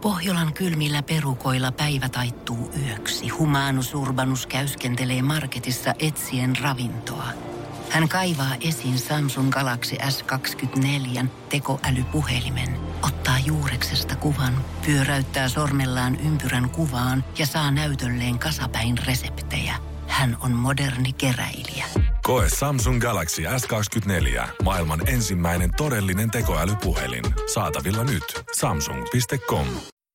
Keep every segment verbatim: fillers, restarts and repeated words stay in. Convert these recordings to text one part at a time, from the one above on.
Pohjolan kylmillä perukoilla päivä taittuu yöksi. Humanus Urbanus käyskentelee marketissa etsien ravintoa. Hän kaivaa esiin Samsung Galaxy S kaksikymmentäneljä tekoälypuhelimen, ottaa juureksesta kuvan, pyöräyttää sormellaan ympyrän kuvaan ja saa näytölleen kasapäin reseptejä. Hän on moderni keräilijä. Koe Samsung Galaxy S kaksikymmentäneljä, maailman ensimmäinen todellinen tekoälypuhelin. Saatavilla nyt. samsung piste com.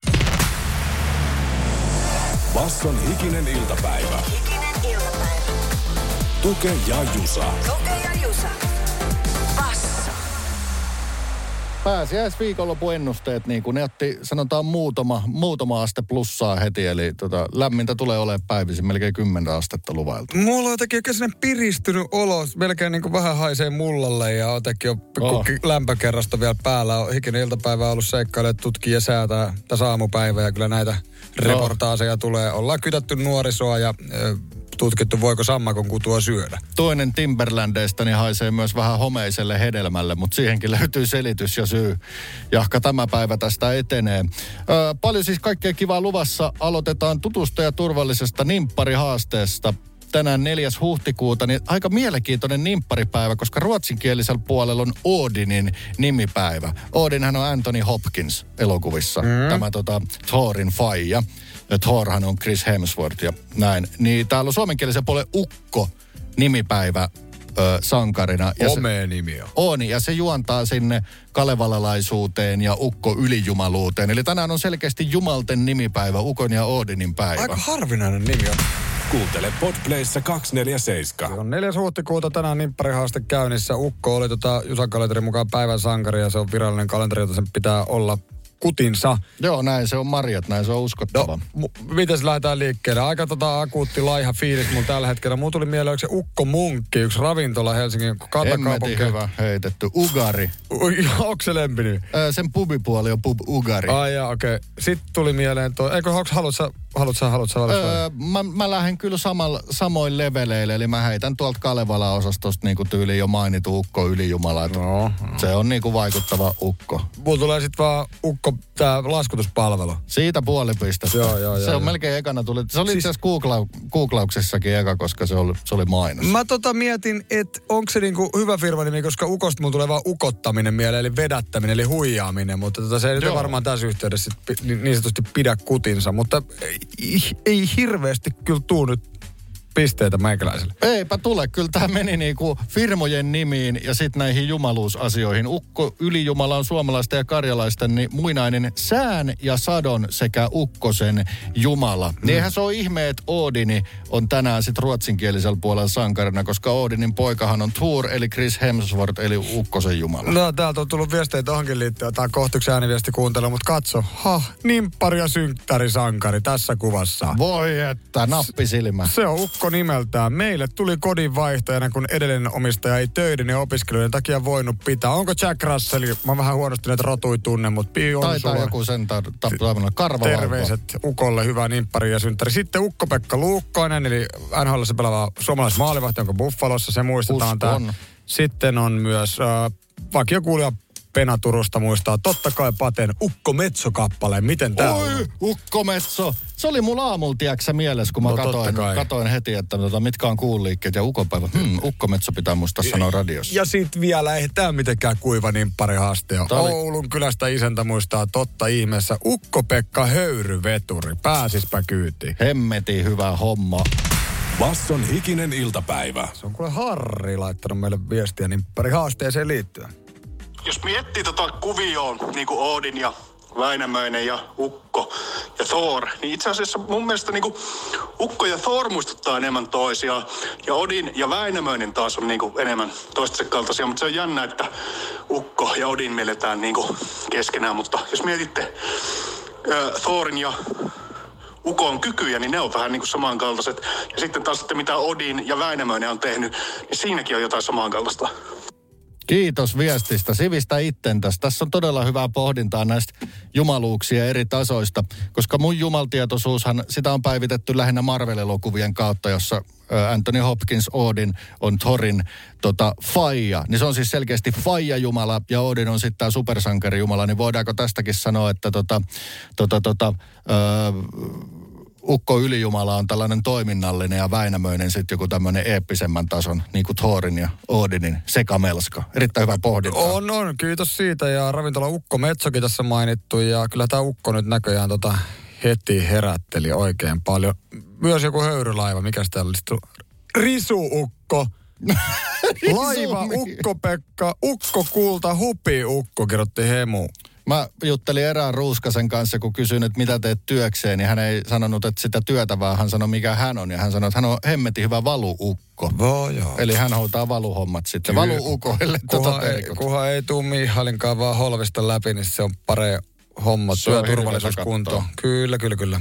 Basson hikinen iltapäivä. Hikinen iltapäivä. Tuke ja Jusa. Tuke ja Jusa. Basso. Pääsiäisviikonlopun ennusteet, niin kuin ne otti, sanotaan muutama, muutama aste plussaa heti, eli tota, lämmintä tulee olemaan päivisin, melkein kymmentä astetta luvailta. Mulla on jotenkin oikein sellainen piristynyt olo, melkein niin kuin vähän haisee mullalle ja jotenkin on Oh. lämpökerrasta vielä päällä. On hikinen iltapäivä ollut seikkailemaan, tutkii ja säätää tässä aamupäivää ja kyllä näitä reportaaseja tulee. Ollaan kytätty nuorisoa ja ö, tutkittu, voiko sammakon kutua syödä. Toinen Timberlandeista niin haisee myös vähän homeiselle hedelmälle, mutta siihenkin löytyy selitys ja syy. Jahka tämä päivä tästä etenee. Ö, paljon siis kaikkea kivaa luvassa. Aloitetaan tutusta ja turvallisesta nimpparihaasteesta. Tänään neljäs huhtikuuta, niin aika mielenkiintoinen nimpparipäivä, koska ruotsinkielisellä puolella on Odinin nimipäivä. Odinhan on Anthony Hopkins elokuvissa, mm. tämä tota, Thorin faija. Ja Thorhan on Chris Hemsworth ja näin. Niin täällä on suomenkielisen puolen Ukko nimipäivä ö, sankarina. Ja Omea nimi on. On, ja se juontaa sinne kalevalalaisuuteen ja ukko ylijumaluuteen. Eli tänään on selkeästi jumalten nimipäivä, Ukon ja Odinin päivä. Aika harvinainen nimi on. Kuuntele Podplayssa kaksisataaneljäkymmentäseitsemän. Se on neljäs huhtikuuta tänään nimpparihaaste käynnissä. Ukko oli tota Jusan kalenterin mukaan päivän sankari ja se on virallinen kalenteri, jota sen pitää olla kutinsa. Joo, näin se on Marjat, näin se on uskottava. No, m- mites lähdetään liikkeelle? Aika tota akuutti laiha fiilis mun tällä hetkellä. Mulla tuli mieleen, se Ukko Munkki, yksi ravintola Helsingin kantakaupunki. Hemmetin hyvä heitetty. Ugari. Onko se lempini? Öö, sen pubipuoli on pub Ugari. Ai jaa, okei. Okay. Sitten tuli mieleen tuo, eikö onks haluatko haluatko haluatko öö, mä, mä lähden kyllä samalla, samoin leveleille, eli mä heitän tuolta Kalevala-osastosta niinku tyyliin jo mainittu Ukko ylijumala. No, no. Se on niinku vaikuttava Ukko. Mulla tulee sitten vaan Ukko, tää laskutuspalvelu. Siitä puoli pistettä. Joo, joo, se joo, on joo. melkein ekana tuli. Se oli Siis- itse asiassa googla- googlauksessakin eka, koska se oli, se oli mainos. Mä tota mietin, että onko se niinku hyvä firmanimi, koska Ukosta mulla tulee vaan ukottaminen mieleen, eli vedättäminen, eli huijaaminen, mutta tota se ei nyt Joo. varmaan tässä yhteydessä sit, pi- niin niin sanotusti pidä kutinsa, mutta ei, ei hirveästi kyllä tuu nyt pisteitä meikäläiselle. Eipä tule. Kyllä tämä meni niinku firmojen nimiin ja sitten näihin jumaluusasioihin. Ukko ylijumala on suomalaisten ja karjalaisten niin muinainen sään ja sadon sekä ukkosen jumala. Mm. Niin eihän se ole ihme, että Odini on tänään sitten ruotsinkielisellä puolella sankarina, koska Odinin poikahan on Thor, eli Chris Hemsworth, eli ukkosen jumala. No täältä on tullut viestejä tohonkin liittyen, tämä kohta yksi ääniviesti kuuntele, mutta katso, ha, nimppari ja synttärisankari tässä kuvassa. Voi että, nappisilmä. Se on Ukko nimeltään. Meille tuli kodin vaihtajana, kun edellinen omistaja ei töiden ja opiskelujen takia voinut pitää. Onko Jack Russell? Mä oon vähän huonosti näitä rotuja tunne, mutta pi on Taitaa sulla. joku sen ta- ta- ta- karvalauva. Terveiset Ukolle, hyvää nimppari ja synttäri. Sitten Ukko-Pekka Luukkoinen, eli N H L:ssä pelaava suomalaismaalivahti, jonka Buffalossa se muistetaan. Tää. Uskon. Sitten on myös äh, vakiokuulija Pena Turusta muistaa totta kai Paten Ukko Metso-kappaleen. Miten tää on? Oi, ukkometso. Se oli mulla aamulla, tiedätkö mielessä, kun mä No, katoin, totta kai. katoin heti, että tota, mitkä on kuuliikkeet ja ukopäivä. Hmm, ukkometso pitää muistaa sanoa radiossa. Ja sit vielä, ei tää mitenkään kuiva nimpparihaaste ole. Tää oli- Oulun kylästä isäntä muistaa totta ihmeessä Ukko-Pekka Höyryveturi. Pääsispä kyytiin. Hemmeti hyvä homma. Basson hikinen iltapäivä. Se on kuule Harri laittanut meille viestiä nimpparihaasteeseen liittyen. Jos miettii tota kuvioon, niin kuin Odin ja Väinämöinen ja Ukko ja Thor, niin itse asiassa mun mielestä niin kuin Ukko ja Thor muistuttaa enemmän toisiaan. Ja Odin ja Väinämöinen taas on niin kuin enemmän toistensa kaltaisia, mutta se on jännä, että Ukko ja Odin mielletään niin kuin keskenään. Mutta jos mietitte äh, Thorin ja Ukon kykyjä, niin ne on vähän niin kuin samankaltaiset. Ja sitten taas, että mitä Odin ja Väinämöinen on tehnyt, niin siinäkin on jotain samankaltaista. Kiitos viestistä. Sivistä ittentäs. Tässä on todella hyvää pohdintaa näistä jumaluuksia eri tasoista, koska mun jumaltietoisuushan, sitä on päivitetty lähinnä Marvel-elokuvien kautta, jossa Anthony Hopkins Odin on Thorin tota, faija. Niin se on siis selkeästi faija-jumala ja Odin on sitten tämä supersankari-jumala. Niin voidaanko tästäkin sanoa, että tota, tota, tota, öö, Ukko Ylijumala on tällainen toiminnallinen ja Väinämöinen sitten joku tämmöinen eeppisemmän tason, niin kuin Thorin ja Odinin sekamelska. Erittäin hyvä pohdinta. On, on. Kiitos siitä. Ja ravintola Ukko Metsokin tässä mainittu. Ja kyllä tämä Ukko nyt näköjään tota heti herätteli oikein paljon. Myös joku höyrylaiva. Mikäs täällä oli? Risu-Ukko. Laiva Ukko-Pekka. Ukko-Kulta. Hupi-Ukko kirjoitti Hemu. Mä juttelin erään Ruuskasen kanssa, kun kysyin, että mitä teet työkseen, niin hän ei sanonut, että sitä työtä, vaan hän sanoi, mikä hän on. Ja hän sanoi, että hän on hemmetin hyvä valuukko. Vo, joo. Eli hän hoitaa valuhommat sitten valuukoille. Kuhan, tota ei, kuhan ei tuu Mihalinkaan vaan holvista läpi, niin se on pare homma. Työturvallisuuskunto. Kyllä, kyllä, kyllä.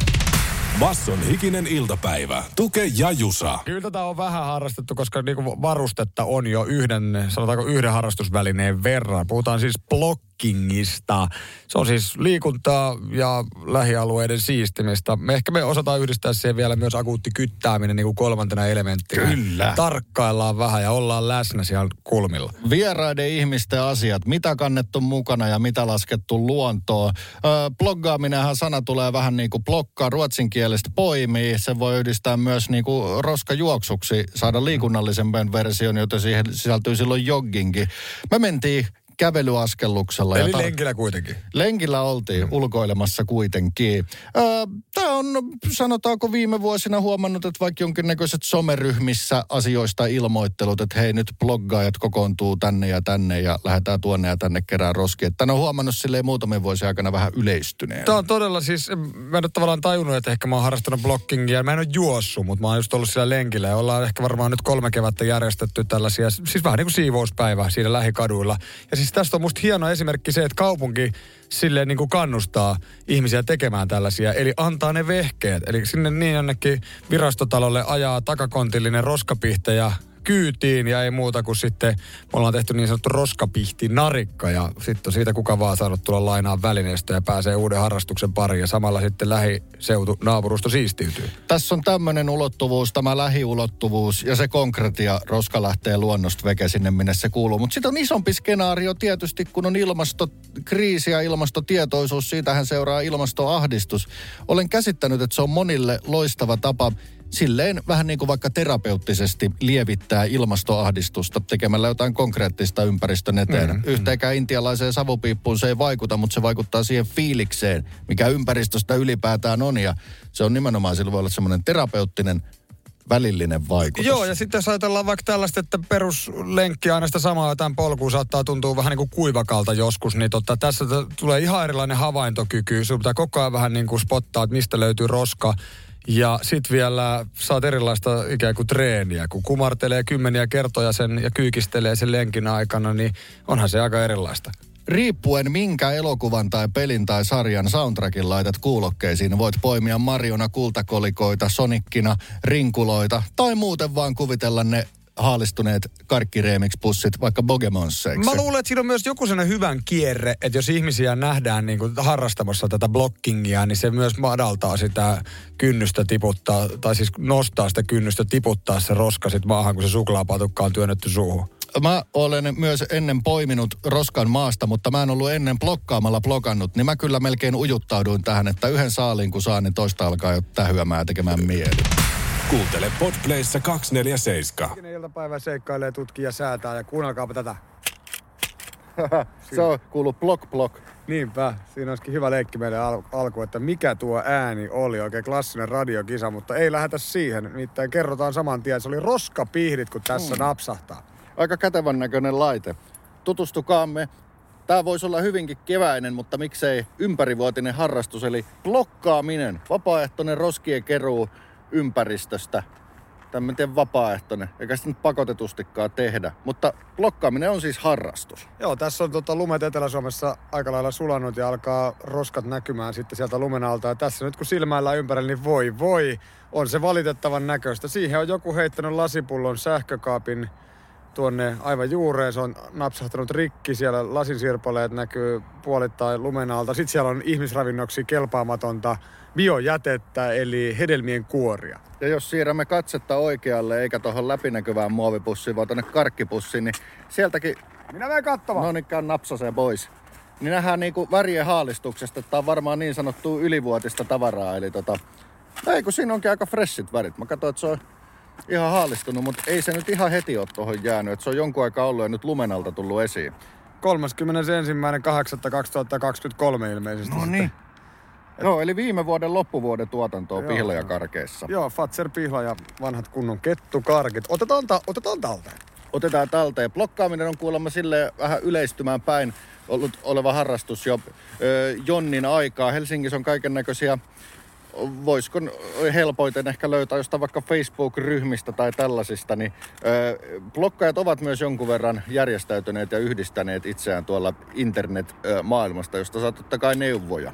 Basson hikinen iltapäivä. Tuke ja Jusa. Kyllä tätä on vähän harrastettu, koska niinku varustetta on jo yhden, sanotaanko yhden harrastusvälineen verran. Puhutaan siis blockingista. Se on siis liikuntaa ja lähialueiden siistimistä. Me ehkä me osataan yhdistää siihen vielä myös akuutti kyttääminen niin kuin kolmantena elementtinä. Kyllä. Tarkkaillaan vähän ja ollaan läsnä siellä kulmilla. Vieraiden ihmisten asiat. Mitä kannettu mukana ja mitä laskettu luontoon. Öö, bloggaaminenhan sana tulee vähän niin kuin blokkaa ruotsin kielestä poimii. Se voi yhdistää myös niin kuin roskajuoksuksi, saada liikunnallisemman version, jota siihen sisältyy silloin joggingi. Me mentiin kävelyaskelluksella. Eli tar- lenkillä kuitenkin. Lenkillä oltiin, mm. ulkoilemassa kuitenkin. Öö, Tämä on, sanotaanko viime vuosina huomannut, että vaikka jonkinnäköiset someryhmissä asioista ilmoittelut, että hei nyt bloggaajat kokoontuu tänne ja tänne ja lähdetään tuonne ja tänne kerään roskia. Tämä on huomannut silleen muutamien vuosien aikana vähän yleistyneen. Tämä on todella siis, mä en ole tavallaan tajunnut, että ehkä mä oon harrastanut bloggingia. Mä en ole juossut, mutta mä oon just ollut siellä lenkillä ja ollaan ehkä varmaan nyt kolme kevättä järjestetty tällaisia, siis vähän niin kuin siivouspäivä siinä lähikaduilla. Ja siis tästä on musta hieno esimerkki se, että kaupunki silleen niin kuin kannustaa ihmisiä tekemään tällaisia, eli antaa ne vehkeet. Eli sinne niin jonnekin virastotalolle ajaa takakontillinen roskapihte ja kyytiin ja ei muuta kuin sitten me ollaan tehty niin sanottu roskapihti-narikka ja sitten siitä kuka vaan saanut tulla lainaan välineistä ja pääsee uuden harrastuksen pariin ja samalla sitten lähiseutu naapurusto siistiytyy. Tässä on tämmöinen ulottuvuus, tämä lähiulottuvuus ja se konkretia, roska lähtee luonnosta veke sinne, minne se kuuluu. Mutta sitten on isompi skenaario tietysti, kun on ilmastokriisi ja ilmastotietoisuus, siitähän seuraa ilmastoahdistus. Olen käsittänyt, että se on monille loistava tapa silleen vähän niin kuin vaikka terapeuttisesti lievittää ilmastoahdistusta tekemällä jotain konkreettista ympäristön eteen. Mm, Yhteenkään mm. intialaiseen savupiippuun se ei vaikuta, mutta se vaikuttaa siihen fiilikseen, mikä ympäristöstä ylipäätään on. Ja se on nimenomaan, sillä voi olla semmoinen terapeuttinen välillinen vaikutus. Joo, ja sitten jos ajatellaan vaikka tällaista, että peruslenkki aina sitä samaa jotain polkua saattaa tuntua vähän niin kuin kuivakalta joskus, niin totta, tässä t- tulee ihan erilainen havaintokyky. Sun pitää koko ajan vähän niin kuin spottaa, että mistä löytyy roska. Ja sit vielä saat erilaista ikään kuin treeniä, kun kumartelee kymmeniä kertoja sen ja kyykistelee sen lenkin aikana, niin onhan se aika erilaista. Riippuen minkä elokuvan tai pelin tai sarjan soundtrackin laitat kuulokkeisiin, voit poimia Mariona kultakolikoita, Sonikkina, rinkuloita tai muuten vaan kuvitella ne haalistuneet karkkireemix-pussit vaikka Bogemonseiksi. Mä luulen, että siinä on myös joku sellainen hyvän kierre, että jos ihmisiä nähdään niin kuin harrastamassa tätä blockingia, niin se myös madaltaa sitä kynnystä tiputtaa, tai siis nostaa sitä kynnystä tiputtaa se roska sit maahan, kun se suklaapatukka on työnnetty suuhun. Mä olen myös ennen poiminut roskan maasta, mutta mä en ollut ennen blokkaamalla blokannut, niin mä kyllä melkein ujuttauduin tähän, että yhden saaliin kun saan, niin toista alkaa jo tähyämään ja tekemään mieli. Kuuntele Podplayssa kaksisataaneljäkymmentäseitsemän. Hikinen iltapäivä seikkailee, tutkii ja säätää ja kuunnelkaapa tätä. Se on kuuluu blok blok. Niinpä, siinä olisikin hyvä leikki meille al- alku, että mikä tuo ääni oli. Oikein klassinen radiokisa, mutta ei lähetä siihen. Nimittäin kerrotaan saman tien, se oli roskapihdit, kun tässä mm. napsahtaa. Aika kätevän näköinen laite. Tutustukaamme. Tämä voisi olla hyvinkin keväinen, mutta miksei ympärivuotinen harrastus, eli blokkaaminen. Vapaaehtoinen roskien keruu ympäristöstä. Tämmöinen vapaaehtoinen, eikä sitä nyt pakotetustikaan tehdä. Mutta blokkaaminen on siis harrastus. Joo, tässä on tota, lumet Etelä-Suomessa aika lailla sulannut ja alkaa roskat näkymään sitten sieltä lumen alta. Ja tässä nyt kun silmäillään ympärillä, niin voi voi, on se valitettavan näköistä. Siihen on joku heittänyt lasipullon sähkökaapin tuonne aivan juureen. Se on napsahtanut rikki. Siellä lasinsirpaleet näkyy puolittain lumen alta. Sitten siellä on ihmisravinnoksi kelpaamatonta biojätettä, eli hedelmien kuoria. Ja jos siirrämme katsetta oikealle, eikä tuohon läpinäkyvään muovipussiin, vaan tuonne karkkipussiin, niin sieltäkin... Minä menen katsomaan. No niin, käyn napsaseen pois. Niin nähdään niinku värien haalistuksesta, että tää on varmaan niin sanottua ylivuotista tavaraa. Eli tota... Ei, kun siinä onkin aika freshit värit. Mä katsoin, että se on ihan haalistunut, mutta ei se nyt ihan heti ole tuohon jäänyt. Että se on jonkun aikaa ollut ja nyt lumen alta tullut esiin. kolmaskymmenesensimmäinen kahdeksatta kaksituhattakaksikymmentäkolme ilmeisesti. No niin. Joo, eli viime vuoden loppuvuoden tuotantoa pihlajakarkeissa. Joo, Fazer pihla ja vanhat kunnon kettukarkit. Otetaan, ta- otetaan talteen. Otetaan talteen. Blokkaaminen on kuulemma silleen vähän yleistymään päin ollut oleva harrastus jo ö, Jonnin aikaa. Helsingissä on kaiken näköisiä, voisiko helpoiten ehkä löytää jostain vaikka Facebook-ryhmistä tai tällaisista, niin ö, blokkaajat ovat myös jonkun verran järjestäytyneet ja yhdistäneet itseään tuolla internet-maailmasta, josta saa totta kai neuvoja.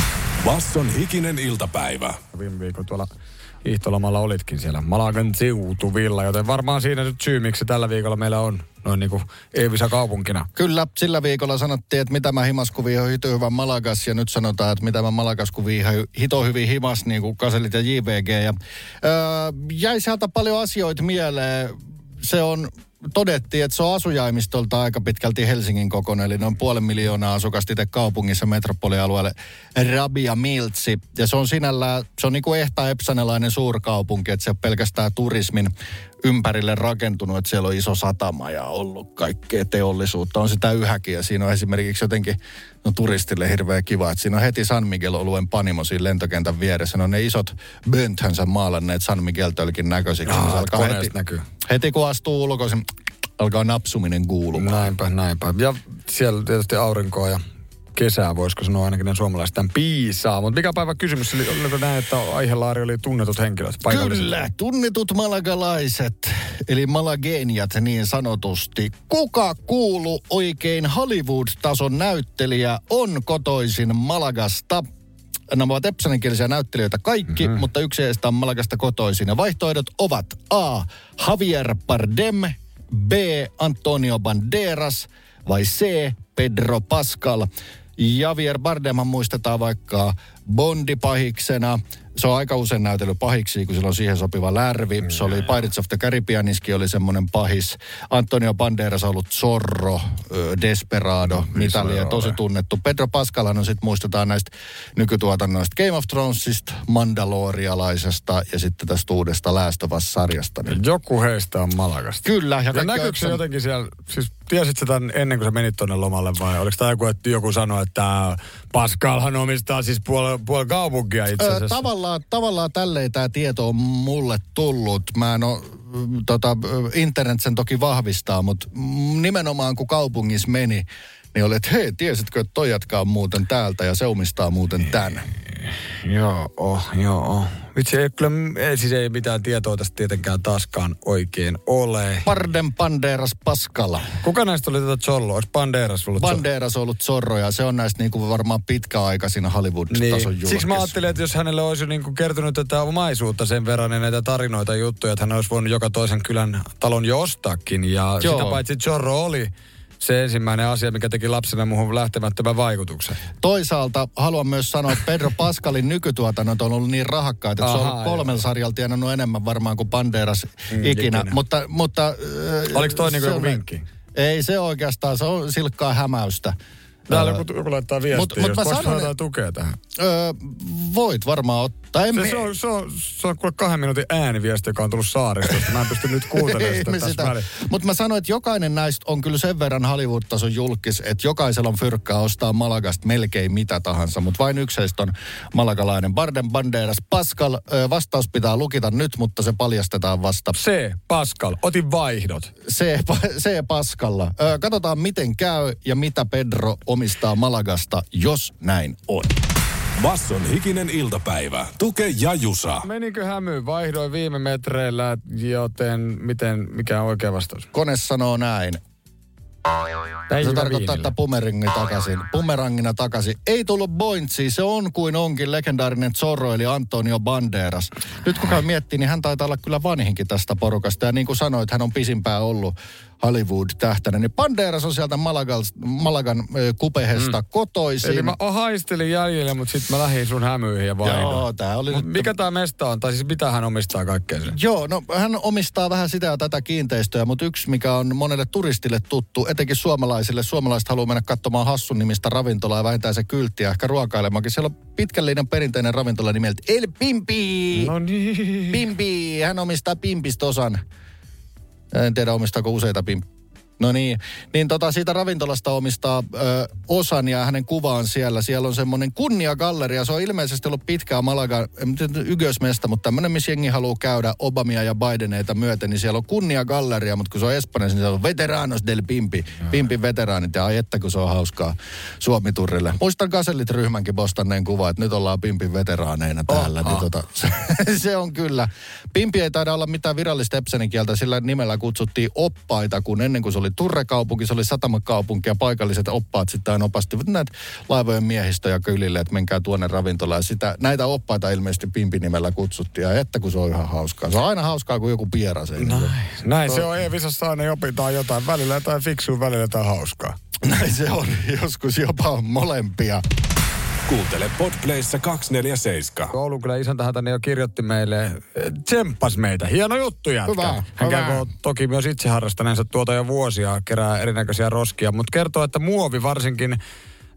Basson hikinen iltapäivä. Viime viikolla tuolla hiihtolomalla olitkin siellä Malagan seutuvilla, joten varmaan siinä nyt syy, miksi tällä viikolla meillä on noin niin kuin Eevisa kaupunkina. Kyllä, sillä viikolla sanottiin, että mitä mä himas kun viihoin hito hyvän Malagas, ja nyt sanotaan, että mitä mä Malagas kun viihoin hito hyvin himas, niin kuin Kaselit ja J V G. Ja, öö, jäi sieltä paljon asioita mieleen. Se on... Todettiin, että se on asujaimistolta aika pitkälti Helsingin kokoinen, eli noin puolen miljoonaa asukasta itse kaupungissa metropolialueelle Rabia Miltsi. Ja se on sinällään, se on niin kuin ehta epsanelainen suurkaupunki, että se on pelkästään turismin ympärille rakentunut, että siellä on iso satama ja ollut kaikkea teollisuutta. On sitä yhäkin ja siinä on esimerkiksi jotenkin no, turistille hirveän kiva, että siinä on heti San Miguel-oluen panimo siinä lentokentän vieressä. Ne on ne isot bönthönsä maalanneet San Miguel-tölkin näköisiksi. Jaa, alkaa heti, näkyy. heti kun astuu ulkoa, se alkaa napsuminen kuulumaan. Näinpä, näinpä. Ja siellä tietysti aurinkoa ja kesää, voisiko sanoa ainakin ne suomalaiset tämän piisaa. Mutta mikä päivä kysymys, eli oliko näin, että aihelaari oli tunnetut henkilöt paikalliset? Kyllä, tunnetut malagalaiset, eli malageniat niin sanotusti. Kuka kuulu oikein Hollywood-tason näyttelijä on kotoisin Malagasta? Nämä ovat epsaninkielisiä näyttelijöitä kaikki, mm-hmm. mutta yksi heistä on Malagasta kotoisin. Ja vaihtoehdot ovat A. Javier Bardem, B. Antonio Banderas vai C. Pedro Pascal. Javier Bardemhan muistetaan vaikka Bondi-pahiksena. Se on aika usein näytellyt pahiksi, kun sillä on siihen sopiva lärvi. Se oli Pirates of the Caribbeaniskin oli semmoinen pahis. Antonio Banderas on ollut Zorro, Desperado, no, mitä liian tosi tunnettu. Pedro Pascalhan on sitten muistetaan näistä nykytuotannoista Game of Thronesista, Mandalorialaisesta ja sitten tästä uudesta Last of Us-sarjasta. Niin. Joku heistä on Malagasta. Kyllä. Ja, ja näkyykö se jotenkin siellä, siis tiesit sä tämän ennen kuin sä menit tonne lomalle vai oliko tämä joku, että joku sanoi, että Pascalhan omistaa siis puoli puol kaupunkia itse asiassa? Öö, tavallaan, tavallaan tälleen tämä tieto on mulle tullut. Mä en ole, tota, internet sen toki vahvistaa, mutta nimenomaan kun kaupungissa meni, niin oli, että hei, tiesitkö, että toi jätkä on muuten täältä ja se omistaa muuten tän. Joo, oh, joo. Vitsi, ei kyllä, ei, siis ei mitään tietoa tästä tietenkään taaskaan oikein ole. Bardem, Banderas, Pascal. Kuka näistä oli tätä Zorro? Olisi Banderas ollut Zorro? Banderas on ollut Zorro ja se on näistä niinku varmaan pitkäaikaisina Hollywood-tason niin. julkis. Siksi mä ajattelin, että jos hänelle olisi niinku kertonut tätä omaisuutta sen verran ja näitä tarinoita ja juttuja, että hän olisi voinut joka toisen kylän talon jo ostaakin. Ja Joo. sitä paitsi Zorro oli se ensimmäinen asia, mikä teki lapsena muuhun lähtemättömän vaikutuksen. Toisaalta haluan myös sanoa, että Pedro Pascalin nykytuotannot on ollut niin rahakkaita, että Aha, se on ollut kolmella sarjalla tienannut enemmän varmaan kuin Banderas mm, ikinä. ikinä. Mutta, mutta, oliko toi niinku joku vinkki? Ei se oikeastaan, se on silkkaa hämäystä. Täällä joku, joku laittaa viestiä, mut, jos voisi saada tukea tähän. Öö, voit varmaan ottaa. Se, me... se, on, se, on, se on kuule kahden minuutin ääniviesti, joka on tullut Saaristosta. Mä en pysty nyt kuuntelemaan sitä tässä väliin. Mutta mä sanoin, että jokainen näistä on kyllä sen verran Hollywood-tason julkis, että jokaisella on fyrkkää ostaa Malagasta melkein mitä tahansa. Mutta vain yksi heistä on malagalainen. Bardem, Banderas, Pascal. Öö, vastaus pitää lukita nyt, mutta se paljastetaan vasta. C. Pascal. Otin vaihdot. C. C. Pascalla. Öö, katsotaan miten käy ja mitä Pedro omistaa Malagasta, jos näin on. Basson hikinen iltapäivä. Tuke ja Jusa. Menikö hämyyn? Vaihdoin viime metreillä, joten miten, mikä on oikea vastaus? Kone sanoo näin. Se tarkoittaa, että bumerangi takaisin. Bumerangina takaisin. Ei tullut Bointsia, se on kuin onkin legendaarinen Zorro, eli Antonio Banderas. Nyt kun käy miettii, niin hän taitaa olla kyllä vanhinkin tästä porukasta. Ja niin kuin sanoit, hän on pisimpään ollut Hollywood-tähtänä. Niin Banderas on sieltä Malagan, Malagan kupehesta mm. kotoisin. Eli mä haistelin jäljellä, mutta sitten mä lähdin sun hämyihin ja vainoon. Joo, tää oli... Mut mikä tää mesta on? Tai siis mitä hän omistaa kaikkea sen? Joo, no hän omistaa vähän sitä ja tätä kiinteistöä, mutta yksi, mikä on monelle turistille tuttu, etenkin suomalaisille. Suomalaiset haluaa mennä katsomaan Hassun nimistä ravintolaa ja vähintään se kylttiä, ehkä ruokailemaankin. Siellä on pitkällinen perinteinen ravintola nimeltä El Pimpi. No niin. Pimpi, hän omistaa Pimpistä osan. En tiedä, omistaako useita pimp... No niin, niin tota siitä ravintolasta omistaa ö, osan ja hänen kuvaan siellä. Siellä on semmoinen kunniagalleria. Se on ilmeisesti ollut pitkään Malaga, ykkösmesta, mutta tämmöinen, missä jengi haluaa käydä Obamia ja Bideneita myöten, niin siellä on kunniagalleria, mutta kun se on Espanjassa, niin siellä on Veteranos del Pimpi, Pimpin veteraanit, ja ai että kun se on hauskaa Suomi-turrille. Muistan Kasellit-ryhmänkin postanneen kuva, että nyt ollaan Pimpin veteraaneina täällä. Oh, niin tota, se, se on kyllä. Pimpi ei taida olla mitään virallista epsenin kieltä, sillä nimellä kutsuttiin oppaita, kun ennen kuin se oli turrekaupunki, se oli satamakaupunki ja paikalliset oppaat sitten aina opastivat näitä laivojen miehistöjä kylille, että menkää tuonne ravintolaan. Sitä, näitä oppaita ilmeisesti Pimpin nimellä kutsuttiin ja että kun se on ihan hauskaa. Se on aina hauskaa, kun joku pierasee. Näin, näin se on. E-visassa aina opitaan jotain. Välillä jotain fiksua, välillä jotain hauskaa. Näin se on. Joskus jopa molempia. Kuuntele Podplayssa kaksisataaneljäkymmentäseitsemän. Oulun kyllä isäntähän tänne jo kirjoitti meille, tsemppas meitä. Hieno juttu jätkä. Hyvä, Hän hyvä. käy toki myös itse harrastaneensa tuota jo vuosia, kerää erinäköisiä roskia, mutta kertoo, että muovi varsinkin äh,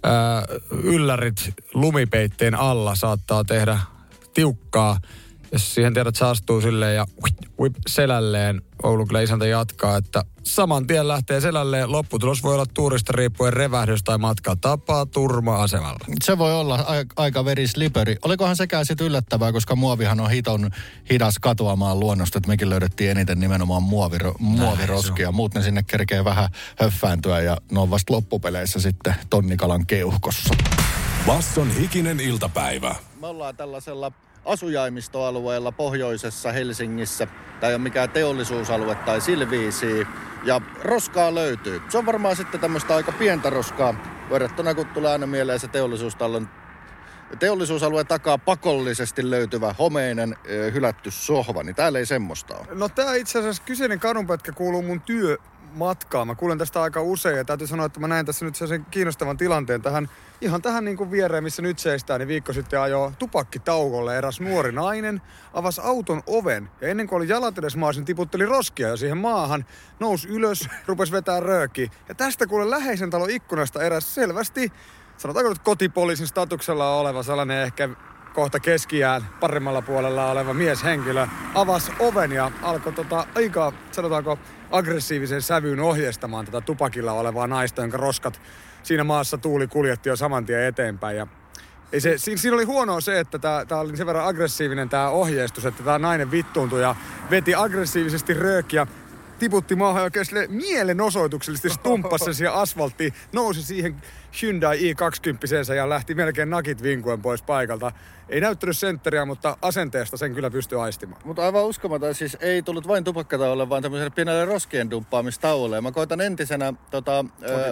yllärit lumipeitteen alla saattaa tehdä tiukkaa. Jos siihen tiedät saastuu silleen ja uip, selälleen, Oulun kyllä isäntä jatkaa, että saman tien lähtee selälleen. Lopputulos voi olla tuurista riippuen revähdys tai matka tapaa turma-asemalla. Se voi olla a- aika very slippery. Olikohan sekään sitten yllättävää, koska muovihan on hiton hidas katoamaan luonnosta, että mekin löydettiin eniten nimenomaan muoviro- muoviroskia. Muut ne sinne kerkee vähän höfkääntyä ja ne on vasta loppupeleissä sitten tonnikalan keuhkossa. Basson hikinen iltapäivä. Me ollaan tällaisella asujaimistoalueella pohjoisessa Helsingissä. Tämä ei ole mikään teollisuusalue tai silviisiä. Ja roskaa löytyy. Se on varmaan sitten tämmöistä aika pientä roskaa. Verrattuna kun tulee aina mieleen se teollisuustalon teollisuusalueen takaa pakollisesti löytyvä homeinen ö, hylätty sohva, niin täällä ei semmoista ole. No tää itse asiassa kyseinen kadunpätkä kuuluu mun työmatkaan. Mä kuulen tästä aika usein ja täytyy sanoa, että mä näin tässä nyt sen kiinnostavan tilanteen tähän, ihan tähän niin kuin viereen, missä nyt seistään, niin viikko sitten ajoi tupakkitaukolle eräs nuori nainen, avasi auton oven ja ennen kuin oli jalat edes maassa, niin tiputteli roskia jo siihen maahan, nousi ylös, rupesi vetää röökiä. Ja tästä kuulen läheisen talon ikkunasta eräs selvästi, sanotaanko nyt kotipoliisin statuksella oleva sellainen ehkä kohta keskiään paremmalla puolella oleva mieshenkilö avasi oven ja alkoi tota aika, sanotaanko, aggressiivisen sävyyn ohjeistamaan tätä tupakilla olevaa naista, jonka roskat siinä maassa tuuli kuljetti jo saman tien eteenpäin. Ja ei se, siinä, siinä oli huonoa se, että tämä oli sen verran aggressiivinen tämä ohjeistus, että tämä nainen vittuuntui ja veti aggressiivisesti röökiä, tiputti maahan oikein mielenosoituksellisesti, stumppasi sen siihen asfalttiin, nousi siihen Hyundai i kaksikymmentä ja lähti melkein nakit vinkuen pois paikalta. Ei näyttänyt sentteriä, mutta asenteesta sen kyllä pystyi aistimaan. Mutta aivan uskomaton, siis ei tullut vain tupakkatauolle, vaan tämmöiselle pienelle roskien dumppaamistauolle. Ja mä koitan entisenä, tota,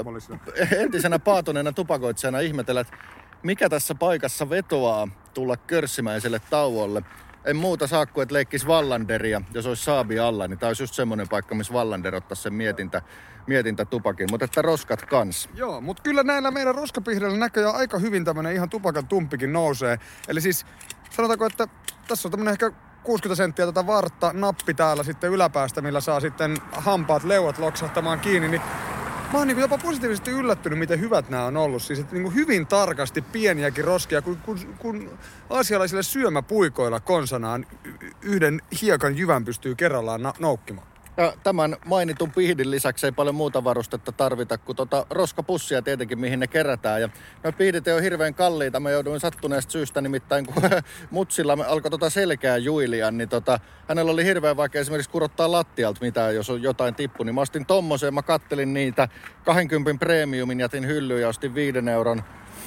ää, entisenä paatuneena tupakoitsijana ihmetellä, että mikä tässä paikassa vetoaa tulla körssimäiselle tauolle. En muuta saa kuin, että leikkisi Wallanderia, jos olisi Saabi alla, niin tämä olisi just semmoinen paikka, missä Wallander ottaisi sen mietintä, mietintä tupakin. Mutta että roskat kans. Joo, mutta kyllä näillä meidän roskapihdeillä näköjään aika hyvin tämmöinen ihan tupakan tumppikin nousee. Eli siis sanotaanko, että tässä on tämmöinen ehkä kuusikymmentä senttiä tätä vartta, nappi täällä sitten yläpäästä, millä saa sitten hampaat, leuat loksahtamaan kiinni, niin mä oon niin jopa positiivisesti yllättynyt, miten hyvät nämä on ollut. Siis että niin hyvin tarkasti pieniäkin roskia, kun, kun, kun aasialaisilla syömäpuikoilla konsanaan yhden hiekan jyvän pystyy kerrallaan na- noukkimaan. Ja tämän mainitun pihdin lisäksi ei paljon muuta varustetta tarvita kuin tota roskapussia tietenkin, mihin ne kerätään. Ja no pihdit ei ole hirveän kalliita. Mä jouduin sattuneesta syystä nimittäin, kun mutsilla me alkoi tota selkää juilia, niin tota, hänellä oli hirveän vaikea esimerkiksi kurottaa lattialta mitään, jos on jotain tippu. Niin mä ostin tommosen, mä kattelin niitä kaksikymmentä premiumin, jätin hyllyyn ja ostin viiden euron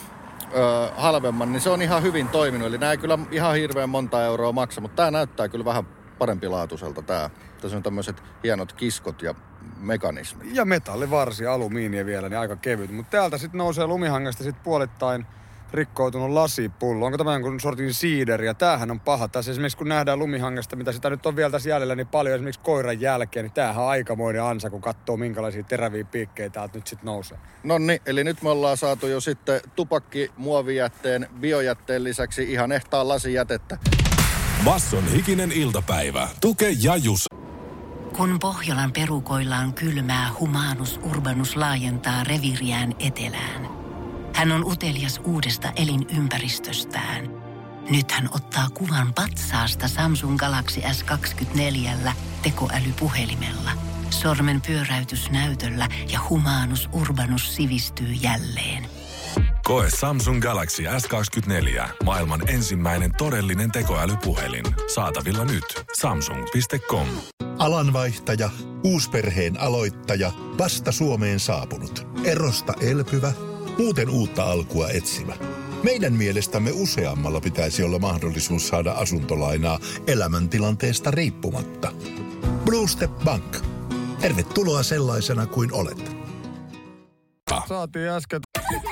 öö, halvemman. Niin se on ihan hyvin toiminut. Eli nää ei kyllä ihan hirveän monta euroa maksa, mutta tää näyttää kyllä vähän parempilaatuiselta tää. Tässä on tämmöiset hienot kiskot ja mekanismi. Ja metallivarsi, alumiinia vielä, niin aika kevyt. Mutta täältä sitten nousee lumihangesta sitten puolittain rikkoutunut lasipullo. Onko tämä jonkun sortin siideri? Ja tämähän on paha. Tässä esimerkiksi kun nähdään lumihangesta, mitä sitä nyt on vielä tässä jäljellä, niin paljon esimerkiksi koiran jälkeen, niin tämähän on aikamoinen ansa, kun katsoo minkälaisia teräviä piikkejä täältä nyt sitten nousee. No niin, eli nyt me ollaan saatu jo sitten tupakki, muovijätteen, biojätteen lisäksi ihan ehtaa lasijätettä. Basson hikinen iltapäivä. Tuke ja Jus. Kun Pohjolan perukoillaan kylmää, Humanus Urbanus laajentaa reviiriään etelään. Hän on utelias uudesta elinympäristöstään. Nyt hän ottaa kuvan patsaasta Samsung Galaxy S kaksikymmentäneljä tekoälypuhelimella. Sormen pyöräytys näytöllä ja Humanus Urbanus sivistyy jälleen. Koe Samsung Galaxy S kaksikymmentäneljä. Maailman ensimmäinen todellinen tekoälypuhelin. Saatavilla nyt. samsung piste com. Alanvaihtaja, uusperheen aloittaja, vasta Suomeen saapunut, erosta elpyvä, muuten uutta alkua etsimä. Meidän mielestämme useammalla pitäisi olla mahdollisuus saada asuntolainaa elämäntilanteesta riippumatta. Blue Step Bank. Tervetuloa sellaisena kuin olet. Saatiin äsken.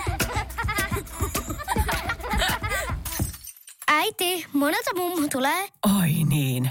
Äiti, monelta mummu tulee? Oi niin.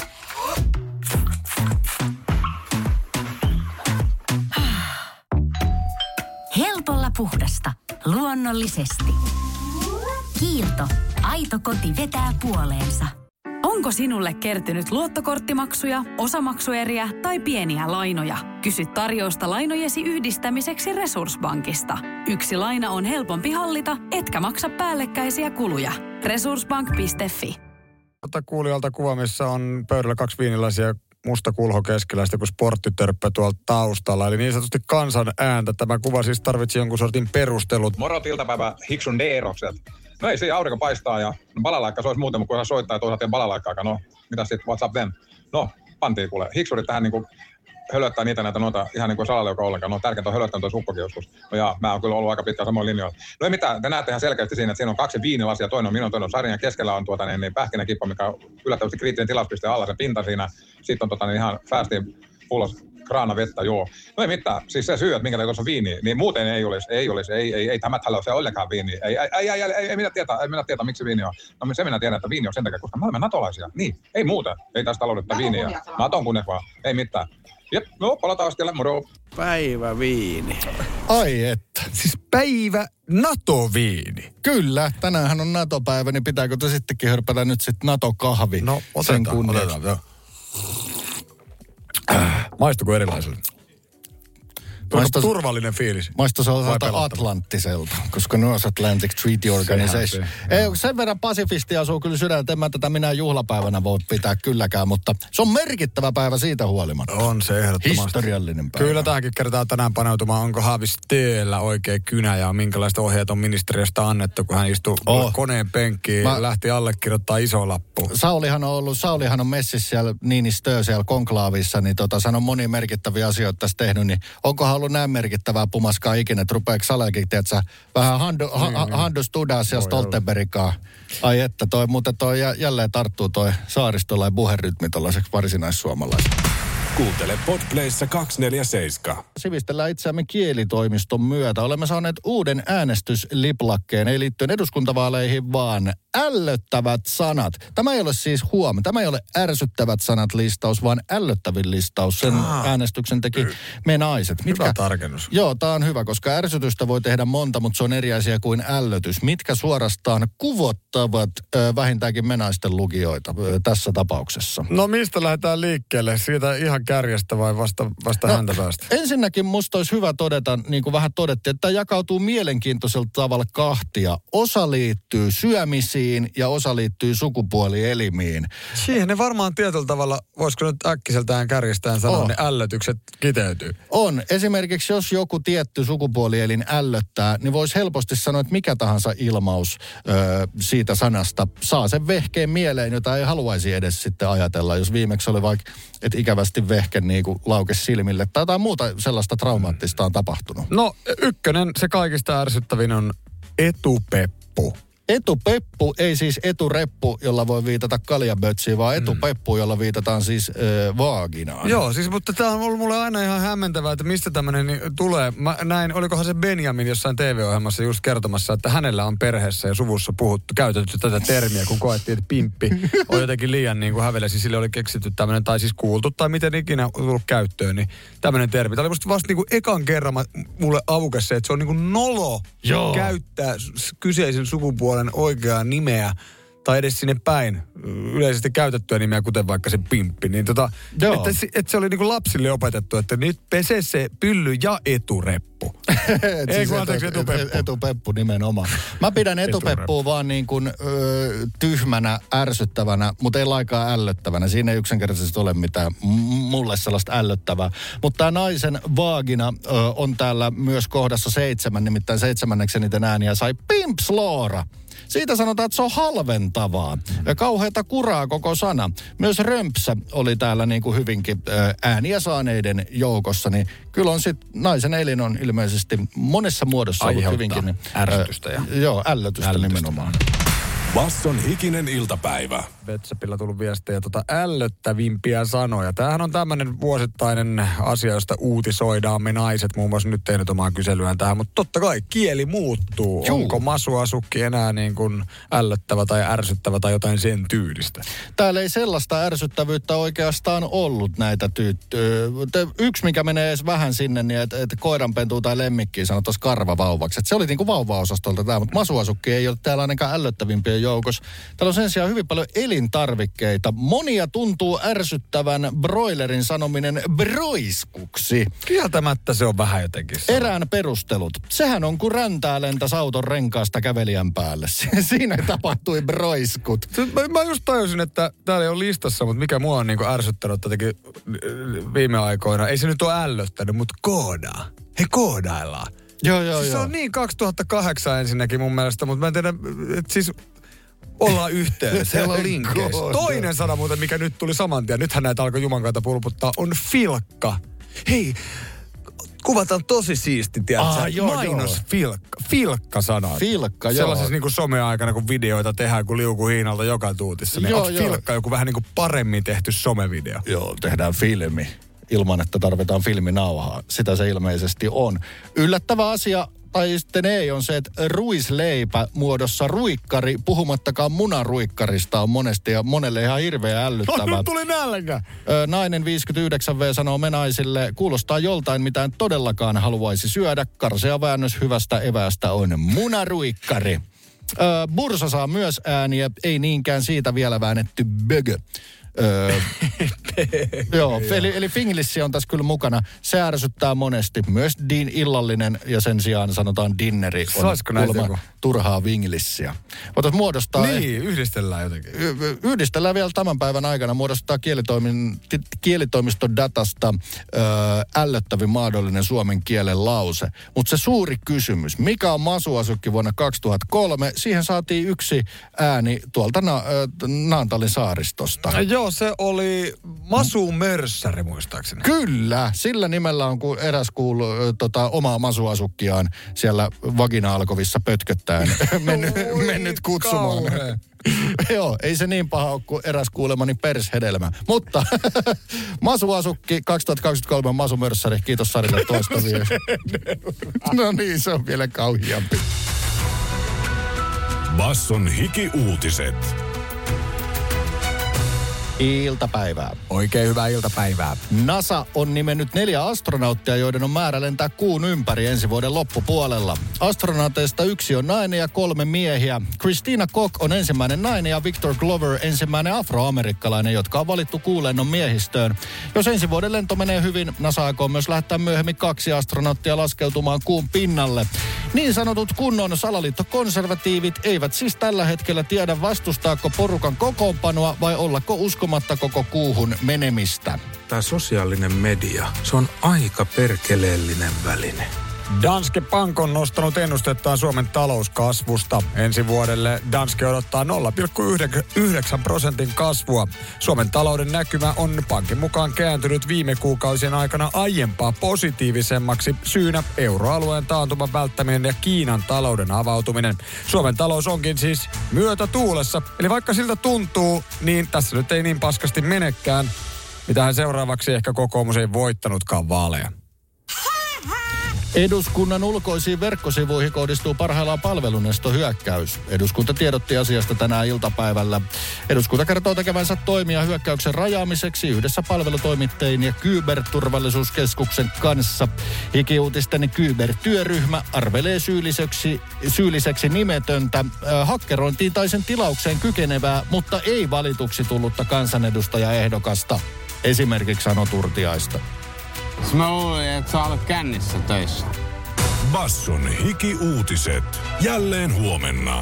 Helpolla puhdasta. Luonnollisesti. Kiilto. Aito koti vetää puoleensa. Onko sinulle kertynyt luottokorttimaksuja, osamaksueriä tai pieniä lainoja? Kysy tarjousta lainojesi yhdistämiseksi Resurssbankista. Yksi laina on helpompi hallita, etkä maksa päällekkäisiä kuluja. resurssbank piste fi. Ota kuulijalta kuva, missä on pöydällä kaksi viinilaisia, musta kulho keskellä, sitten kun sporttitörppä tuolta taustalla. Eli niin sanotusti kansan ääntä. Tämä kuva siis tarvitsi jonkun sortin perustelut. Morot iltapäivä Hiksun D-erokset. No ei, se aurinko paistaa ja no, balalaikka soisi muuten, mutta kun hän soittaa ja toisaalta balalaikkaa, no mitä sitten, what's up then? No, pantiin kuule. Hiksurit tähän niinku hölöttää niitä näitä noita ihan niin kuin salaleuka ollenkaan. No tärkeintä on hölöttänyt tuo sukkokin joskus. No ja mä oon kyllä ollut aika pitkään samoin linjoilla. No ei mitään, te näette ihan selkeästi siinä, että siinä on kaksi viinilasia, toinen on minun, toinen on sarjan keskellä on tuota niin, niin pähkinäkippo, mikä on yllättävästi kriittinen tilauspiste alla, se pinta siinä. Sitten on tota niin ihan fäästiin pullos kraana vettä, joo. No ei mitään, siis se syy, että minkä tuossa on viini, niin muuten ei olisi, ei olisi, ei, ei, ei tämä tällä ole se ollenkaan viini. Ei, ei, ei, ei, ei, ei, minä tiedä, ei minä tiedä, miksi viini on. No se minä tiedän, että viini on sen takia, koska me olemme natolaisia. Niin, ei muuten, ei tästä taloudetta viiniä. Naton kunnes vaan, ei mitään. Jep, no palataan sitten, moro. Päivä viini. Ai että. Siis päivä NATO-viini. Kyllä, tänäänhän on NATO-päivä, niin pitääkö te sittenkin hörpätä nyt sitten NATO-kahvi? No otetaan, otetaan, joo. Maistuuko erilaiselle? Maistus, turvallinen fiilis. Maistuisi osalta Atlanttiselta, koska North Atlantic Treaty Organization. Ei, sen verran pasifisti asuu kyllä sydäntä, en mä tätä minä juhlapäivänä voi pitää kylläkään, mutta se on merkittävä päivä siitä huolimatta. On se ehdottomasti. Historiallinen päivä. Kyllä tähänkin kertaan tänään paneutumaan, onko Haavis Teellä oikea kynä ja minkälaiset ohjeet on ministeriöstä annettu, kun hän istui oh. koneen penkkiin ja lähti allekirjoittaa iso lappu. Saulihan on ollut, Saulihan on messissä siellä Niinistö siellä konklaavissa, niin tota, hän on monia merkittäviä asioita tässä tehnyt, niin onkohan ollut näin merkittävää pumaskaa ikinä, että rupeeko Salekin, tiedätkö, vähän handu, ha, ha, handu studas ja Stoltenbergikaa. Ai että toi, muuten toi jälleen tarttuu toi saaristolla ja buherytmi tollaiseksi varsinaissuomalaiseksi. Kuuntele Podplayssa kaksisataaneljäkymmentäseitsemän. Sivistellään itseämme kielitoimiston myötä. Olemme saaneet uuden äänestysliplakkeen, ei liittyen eduskuntavaaleihin, vaan ällöttävät sanat. Tämä ei ole siis huom. Tämä ei ole ärsyttävät sanat listaus, vaan ällöttävin listaus. Sen Aa, äänestyksen teki y- me naiset. Mitkä? Hyvä tarkennus. Joo, tämä on hyvä, koska ärsytystä voi tehdä monta, mutta se on eri asia kuin ällötys. Mitkä suorastaan kuvottavat ö, vähintäänkin me naisten lukijoita ö, tässä tapauksessa? No mistä lähdetään liikkeelle? Siitä ihan kärjestä vai vasta, vasta no, häntä päästä? Ensinnäkin musta olisi hyvä todeta, niin kuin vähän todettiin, että tämä jakautuu mielenkiintoisella tavalla kahtia. Osa liittyy syömisiin ja osa liittyy sukupuolielimiin. Siihen ne varmaan tietyllä tavalla, voisiko nyt äkkiseltään kärjestään sanoa, oh. ne ällötykset kiteytyy. On. Esimerkiksi jos joku tietty sukupuolielin ällöttää, niin voisi helposti sanoa, että mikä tahansa ilmaus ö, siitä sanasta saa sen vehkeen mieleen, jota ei haluaisi edes sitten ajatella. Jos viimeksi oli vaikka, että ikävästi vehke niin kuin laukesi silmille tai jotain muuta sellaista traumaattista on tapahtunut. No ykkönen, se kaikista ärsyttävin on etupeppu. Etupeppu, ei siis etureppu, jolla voi viitata kaljabötsiin, vaan etupeppu, jolla viitataan siis äh, vaaginaan. Joo, siis mutta tämä on ollut mulle aina ihan hämmentävää, että mistä tämmöinen tulee. Mä näin, olikohan se Benjamin jossain T V-ohjelmassa just kertomassa, että hänellä on perheessä ja suvussa puhuttu, käytetty tätä termiä, kun koettiin, että pimppi on jotenkin liian niin kuin hävelesi. Sille oli keksitty tämmöinen, tai siis kuultu, tai miten ikinä tullut käyttöön, niin tämmöinen termi. Tämä oli musta vasta niin kuin ekan kerran mulle aukesi se, että se on niin kuin nolo Joo. käyttää kyseisen sukupuolen oikeaa nimeä tai edes sinne päin yleisesti käytettyä nimeä, kuten vaikka se pimppi. Niin tota, että, että se oli niinku lapsille opetettu, että nyt pesee se pylly ja etureppu. Ei kun anteeksi etupeppu. Etupeppu nimenomaan. Mä pidän etupeppua vaan niin kuin ö, tyhmänä, ärsyttävänä, mutta ei laikaa ällöttävänä. Siinä ei yksinkertaisesti ole mitään m- mulle sellaista ällöttävää. Mutta tämä naisen vaagina ö, on täällä myös kohdassa seitsemän, nimittäin seitsemänneksi niiden ääniä sai pimpsloora. Siitä sanotaan, että se on halventavaa. Ja kauheata kuraa koko sana. Myös römpsä oli täällä niin kuin hyvinkin ääniä saaneiden joukossa. Niin kyllä on sitten, naisen elin on ilmeisesti monessa muodossa ollut hyvinkin. Niin, ärsytystä ja... Äh, joo, ällötystä, ällötystä nimenomaan. Basson hikinen iltapäivä. WhatsAppilla tullut viestejä tota ällöttävimpiä sanoja. Tämähän on tämmöinen vuosittainen asia, josta uutisoidaan me naiset. Muun muassa nyt tehnyt omaa kyselyään tähän, mutta totta kai kieli muuttuu. Juu. Onko masuasukki enää niin kuin ällöttävä tai ärsyttävä tai jotain sen tyylistä? Täällä ei sellaista ärsyttävyyttä oikeastaan ollut näitä tyttöjä. Yksi, mikä menee edes vähän sinne, niin että et koiranpentua tai lemmikkiä sanotaan karvavauvaksi. Et se oli niin kuin vauva-osastolta tämä, mutta masuasukki ei ole täällä ainakaan ällöttävimpiä joukossa. Täällä on sen sijaan hyvin paljon elintarvikkeita. Monia tuntuu ärsyttävän broilerin sanominen broiskuksi. Kieltämättä se on vähän jotenkin. Erään perustelut. Sehän on kuin räntää lentäisi auton renkaasta kävelijän päälle. Siinä tapahtui broiskut. Mä, mä just tajusin, että täällä ei ole listassa, mutta mikä mua on niinku ärsyttänyt jotenkin viime aikoina. Ei se nyt ole ällöttänyt, mutta koodaa. He koodaillaan. Joo, joo, siis joo. Se on niin kaksituhattakahdeksan ensinnäkin mun mielestä, mutta mä en tiedä, että siis ollaan yhteydessä, siellä on linkkeissä. Toinen sana muuten, mikä nyt tuli saman tien, nythän näitä alkoi jumankaita pulputtaa, on filkka. Hei, kuvataan tosi siisti, tiedätkö? Ah, joo, mainos joo. filkka. Filkka-sana. Filkka, joo. Sellaisessa niin kuin someaikana, kun videoita tehdään, kun liuku hiinalta joka tuutissa. Niin onko filkka joku vähän niin kuin paremmin tehty somevideo? Joo, tehdään filmi ilman, että tarvitaan filminauhaa. Sitä se ilmeisesti on. Yllättävä asia, tai sitten ei, on se, että ruisleipä muodossa ruikkari, puhumattakaan munaruikkarista, on monesti ja monelle ihan hirveän ällöttävää. No, nyt tuli nälkä. Nainen viisikymmentäyhdeksän vuotias sanoo me naisille, kuulostaa joltain, mitä en todellakaan haluaisi syödä. Karsea väännös hyvästä eväästä on munaruikkari. Bursa saa myös ääniä, ei niinkään siitä vielä väännetty bögö. Öö, joo, eli, eli finglissi on tässä kyllä mukana. Se ärsyttää monesti. Myös din illallinen ja sen sijaan sanotaan dinneri on kulma turhaa vinglissiä. Voitaisiin muodostaa... Niin, yhdistellään jotenkin. Y- yhdistellään vielä tämän päivän aikana. Muodostaa kielitoimin, kielitoimiston datasta öö, ällöttävin mahdollinen suomen kielen lause. Mutta se suuri kysymys, mikä on masuasukki vuonna kaksituhattakolme? Siihen saatiin yksi ääni tuolta na- Naantalin saaristosta. Joo, se oli Masu Mörssäri muistaakseni. Kyllä, sillä nimellä on kun eräs kuulu tota, omaa masuasukkiaan siellä vagina-alkovissa pötköttäen mennyt, mennyt kutsumaan. Joo, ei se niin paha ole kuin eräs kuulemani pershedelmä. Mutta masuasukki kaksituhattakaksikymmentäkolme Masu Mörssäri. Kiitos Sarille toista vielä. No niin, se on vielä kauheampi. Basson hiki-uutiset. Iltapäivää. Oikein hyvää iltapäivää. NASA on nimennyt neljä astronauttia, joiden on määrä lentää kuun ympäri ensi vuoden loppupuolella. Astronauteista yksi on nainen ja kolme miehiä. Christina Koch on ensimmäinen nainen ja Victor Glover ensimmäinen afroamerikkalainen, jotka on valittu kuulennon miehistöön. Jos ensi vuoden lento menee hyvin, NASA aikoo myös lähettää myöhemmin kaksi astronauttia laskeutumaan kuun pinnalle. Niin sanotut kunnon salaliittokonservatiivit eivät siis tällä hetkellä tiedä vastustaako porukan kokoonpanoa vai ollako uskomatta koko kuuhun menemistä. Tämä sosiaalinen media, se on aika perkeleellinen väline. Danske Bank on nostanut ennustettaan Suomen talouskasvusta. Ensi vuodelle Danske odottaa nolla pilkku yhdeksän prosentin kasvua. Suomen talouden näkymä on pankin mukaan kääntynyt viime kuukausien aikana aiempaa positiivisemmaksi, syynä euroalueen taantuman välttäminen ja Kiinan talouden avautuminen. Suomen talous onkin siis myötätuulessa, eli vaikka siltä tuntuu, niin tässä nyt ei niin paskasti menekään. Mitähän seuraavaksi ehkä kokoomus ei voittanutkaan vaaleja. Eduskunnan ulkoisiin verkkosivuihin kohdistuu parhaillaan palvelunestohyökkäys. Eduskunta tiedotti asiasta tänään iltapäivällä. Eduskunta kertoo tekevänsä toimia hyökkäyksen rajaamiseksi yhdessä palvelutoimittajien ja Kyberturvallisuuskeskuksen kanssa. Hikiuutisten Kybertyöryhmä arvelee syylliseksi, syylliseksi nimetöntä äh, hakkerointiin tai sen tilaukseen kykenevää, mutta ei valituksi tullutta kansanedustajaehdokasta. Esimerkiksi Sano Turtiaista. Mä luulin, että sä olet kännissä töissä. Basson hiki-uutiset. Jälleen huomenna.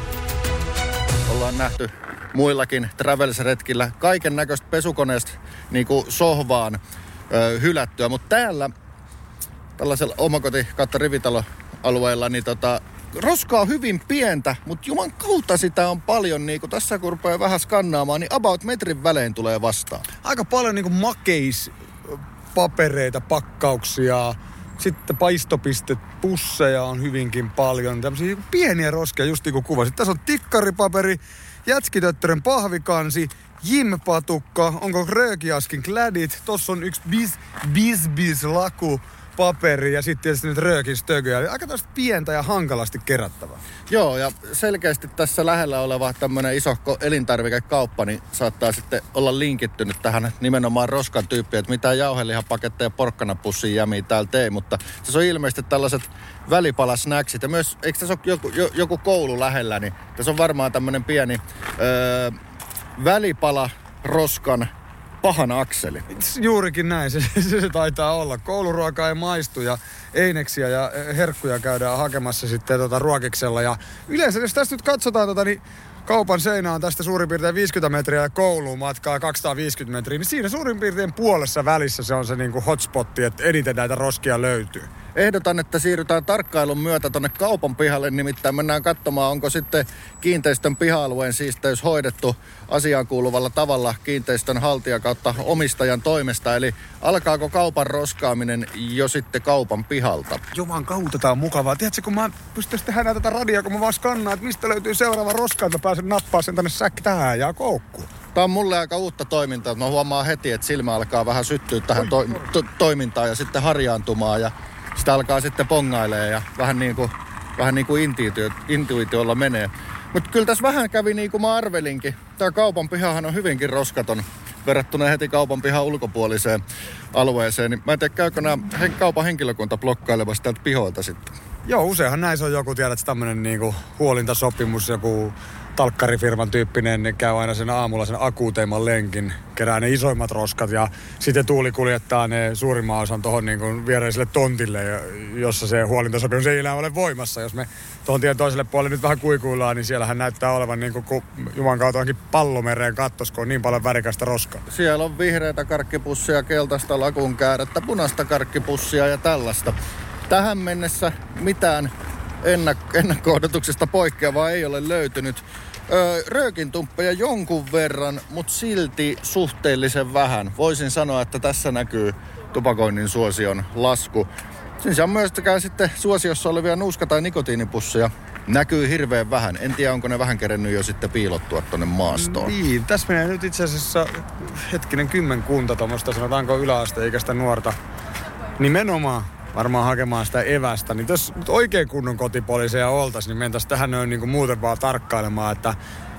Ollaan nähty muillakin Travels-retkillä kaiken näköistä pesukoneesta niin kuin sohvaan ö, hylättyä. Mutta täällä tällaisella omakoti- kautta rivitalo-alueella niin tota, roskaa on hyvin pientä, mutta juman kautta sitä on paljon. Niin kun tässä kun rupeaa vähän skannaamaan, niin about metrin välein tulee vastaan. Aika paljon niin kuin makeis papereita, pakkauksia, sitten paistopistet, pusseja on hyvinkin paljon. Tämmöisiä pieniä roskia, just niin kuin kuvasit. Tässä on tikkaripaperi, jätskitöttörön pahvikansi, jim-patukka, onko röökiaskin klädit, tossa on yksi bis, bis, bis laku paperi ja sitten tietysti nyt röökin stögyä. Eli aika tästä pientä ja hankalasti kerättävää. Joo, ja selkeästi tässä lähellä oleva tämmöinen iso elintarvikekauppa, niin saattaa sitten olla linkittynyt tähän nimenomaan roskan tyyppiin, että mitään jauhelihapaketteja ja porkkanapussia jämiä täältä ei, mutta tässä on ilmeisesti tällaiset välipalasnäksit. Ja myös, eikö tässä ole joku, joku koulu lähellä, niin tässä on varmaan tämmöinen pieni öö, välipala roskan pahan akseli. Juurikin näin, se, se, se taitaa olla. Kouluruoka ei maistu ja eineksiä ja herkkuja käydään hakemassa sitten tota ruokiksella. Ja yleensä, jos tästä nyt katsotaan, tota, niin kaupan seinä on tästä suurin piirtein viisikymmentä metriä ja kouluun matkaa kaksisataaviisikymmentä metriä, niin siinä suurin piirtein puolessa välissä se on se niinku hotspotti, että eniten näitä roskia löytyy. Ehdotan, että siirrytään tarkkailun myötä tonne kaupan pihalle, nimittäin mennään katsomaan, onko sitten kiinteistön piha-alueen siisteys hoidettu asiaan kuuluvalla tavalla kiinteistön haltijan kautta omistajan toimesta, eli alkaako kaupan roskaaminen jo sitten kaupan pihalta. Juman kautta, tää on mukavaa. Tiedätkö, kun mä pystyisin tehdä tätä radiaa, kun mä vaan skannaan, että mistä löytyy seuraava roska, että mä pääsen nappaa sen tänne säkki tähän ja koukkuun. Tämä on mulle aika uutta toimintaa. Mä huomaan heti, että silmä alkaa vähän syttyä tähän to- to- toimintaan ja sitten harjaantumaan ja sitä alkaa sitten pongailemaan ja vähän niin kuin, vähän niin kuin intuitio, intuitiolla menee. Mutta kyllä tässä vähän kävi niin kuin mä arvelinkin. Tämä kaupan pihahan on hyvinkin roskaton verrattuna heti kaupan pihan ulkopuoliseen alueeseen. Niin mä en tiedä, käykö nämä kaupan henkilökunta blokkailemassa täältä pihoilta sitten. Joo, useinhan näissä on joku, tiedät, tämmöinen niinku huolintasopimus, joku talkkarifirman tyyppinen, ne käy aina sen aamulla sen akuuteimman lenkin, kerää ne isoimmat roskat ja sitten tuuli kuljettaa ne suurimman osan tuohon niinku viereiselle tontille, jossa se huolintasopimus ei enää ole voimassa. Jos me tuohon tien toiselle puolelle nyt vähän kuikuillaan, niin siellähän näyttää olevan niinku kuin juman kautta onkin pallomereen kattos, kun on niin paljon värikästä roskaa. Siellä on vihreitä karkkipussia, keltaista lakunkäärettä, punaista karkkipussia ja tällaista. Tähän mennessä mitään ennak- ennakko-odotuksesta poikkeavaa ei ole löytynyt. Öö, röökintumppeja jonkun verran, mutta silti suhteellisen vähän. Voisin sanoa, että tässä näkyy tupakoinnin suosion lasku. Sen sijaan myös sitten suosiossa olevia nuuska- tai nikotiinipusseja näkyy hirveän vähän. En tiedä, onko ne vähän kerennyt jo sitten piilottua tonne maastoon. Niin, tässä menee nyt itse asiassa hetkinen kymmenkunta tuommoista, sanotaanko yläasteikäistä nuorta. Nimenomaan varmaan hakemaan sitä evästä. Niin jos nyt oikein kunnon kotipoliiseja oltaisiin, niin mentäisiin tähän noin niin kuin muuten vaan tarkkailemaan, että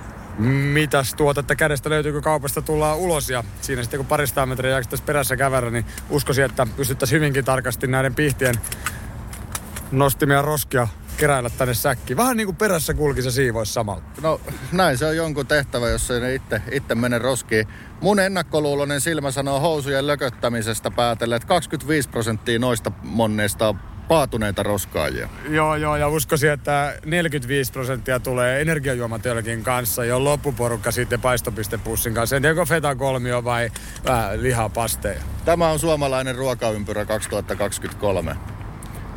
mitäs tuotetta kädestä löytyykö kaupasta tullaan ulos. Ja siinä sitten kun paristaan metriä jääksittäisiin perässä kävellä, niin uskoisin, että pystyttäisiin hyvinkin tarkasti näiden pihtien nostimia roskia keräillä tänne säkkiin. Vähän niin kuin perässä kulkisi ja siivoisi samalla. No näin se on jonkun tehtävä, jos ei ne itse, itse mene roskiin. Mun ennakkoluuloinen silmä sanoo housujen lököttämisestä päätellen, että kaksikymmentäviisi prosenttia noista monneista on paatuneita roskaajia. Joo, joo, ja uskoisin, että neljäkymmentäviisi prosenttia tulee energiajuomatölkin kanssa, jo loppuporukka sitten paistopistepussin kanssa. En tiedä, onko fetakolmio vai äh, lihapasteja. Tämä on suomalainen ruokaympyrä kaksituhattakaksikymmentäkolme.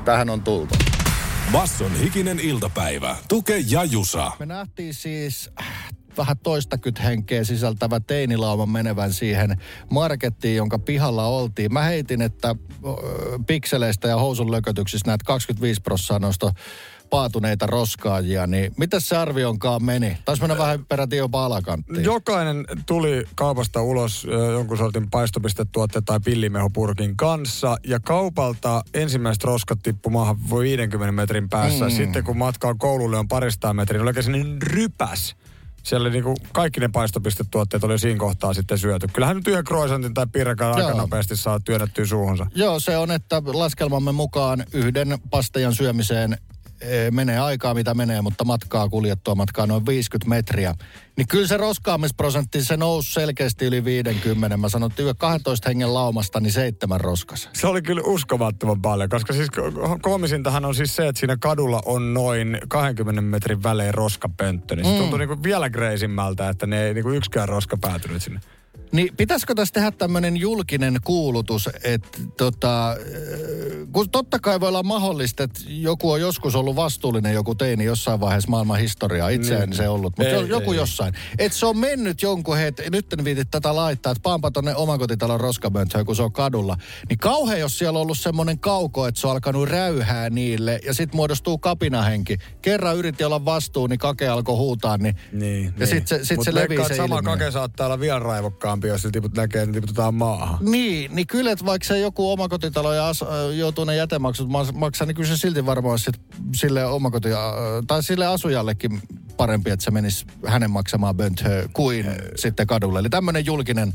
Tähän on tultu. Basson hikinen iltapäivä. Tuke ja Jusa. Me nähtiin siis vähän toistakymmentä henkeä sisältävä teinilauma menevän siihen markettiin, jonka pihalla oltiin. Mä heitin, että pikseleistä ja housun lökötyksistä näet kaksikymmentäviisi prosenttia noista paatuneita roskaajia, niin mitäs se arvionkaan meni? Taisi mennä vähän peräti jopa alakanttiin. Jokainen tuli kaupasta ulos jonkun sortin paistopistetuotteen tai pillimehupurkin kanssa, ja kaupalta ensimmäiset roskat tippu maahan viidenkymmenen metrin päässä. Mm. Sitten kun matkaa koululle on paristaa metriä, niin oli oikein sellainen rypäs. Siellä niinku kaikki ne paistopistetuotteet oli siinä kohtaa sitten syöty. Kyllähän nyt yhden croissantin tai piirakan aika nopeasti saa työnnettyä suuhunsa. Joo, se on, että laskelmamme mukaan yhden pastajan syömiseen menee aikaa, mitä menee, mutta matkaa kuljettua matkaa noin viisikymmentä metriä. Niin kyllä se roskaamisprosentti, se nousi selkeästi yli viisikymmentä. Mä sanoin, että kaksitoista hengen laumasta, niin seitsemän roskas. Se oli kyllä uskomattoman paljon, koska siis koomisintahan on siis se, että siinä kadulla on noin kaksikymmentä metrin välein roskapönttö. Niin se mm. tuntuu niinku vielä kreisimmältä, että ne ei niinku yksikään roska päätynyt sinne. Niin pitäisikö tässä tehdä tämmöinen julkinen kuulutus, että tota, kun totta kai voi olla mahdollista, että joku on joskus ollut vastuullinen joku teini jossain vaiheessa maailman historiaa, itse en se ollut, mutta ei, joku ei, jossain. Että se on mennyt jonkun hetken, nyt en viitit tätä laittaa, että paanpa tonne omakotitalon roskapönttöön, kun se on kadulla. Niin kauhean, jos siellä on ollut semmoinen kauko, että se on alkanut räyhää niille ja sit muodostuu kapinahenki. Kerran yritti olla vastuu, niin kake alkoi huutaa, niin, niin ja niin. sit se, sit se levii se sama kake saattaa olla vielä raivokkaampi, jos se tiput näkee, niin tiputetaan maahan. Niin, niin kyllä, että vaikka se joku omakotitalo ja as, joutuu ne jätemaksut maksaa, niin kyllä se silti varmaan sit sille omakoti, tai sille asujallekin parempi, että se menisi hänen maksamaan bönthöä kuin He. sitten kadulle. Eli tämmöinen julkinen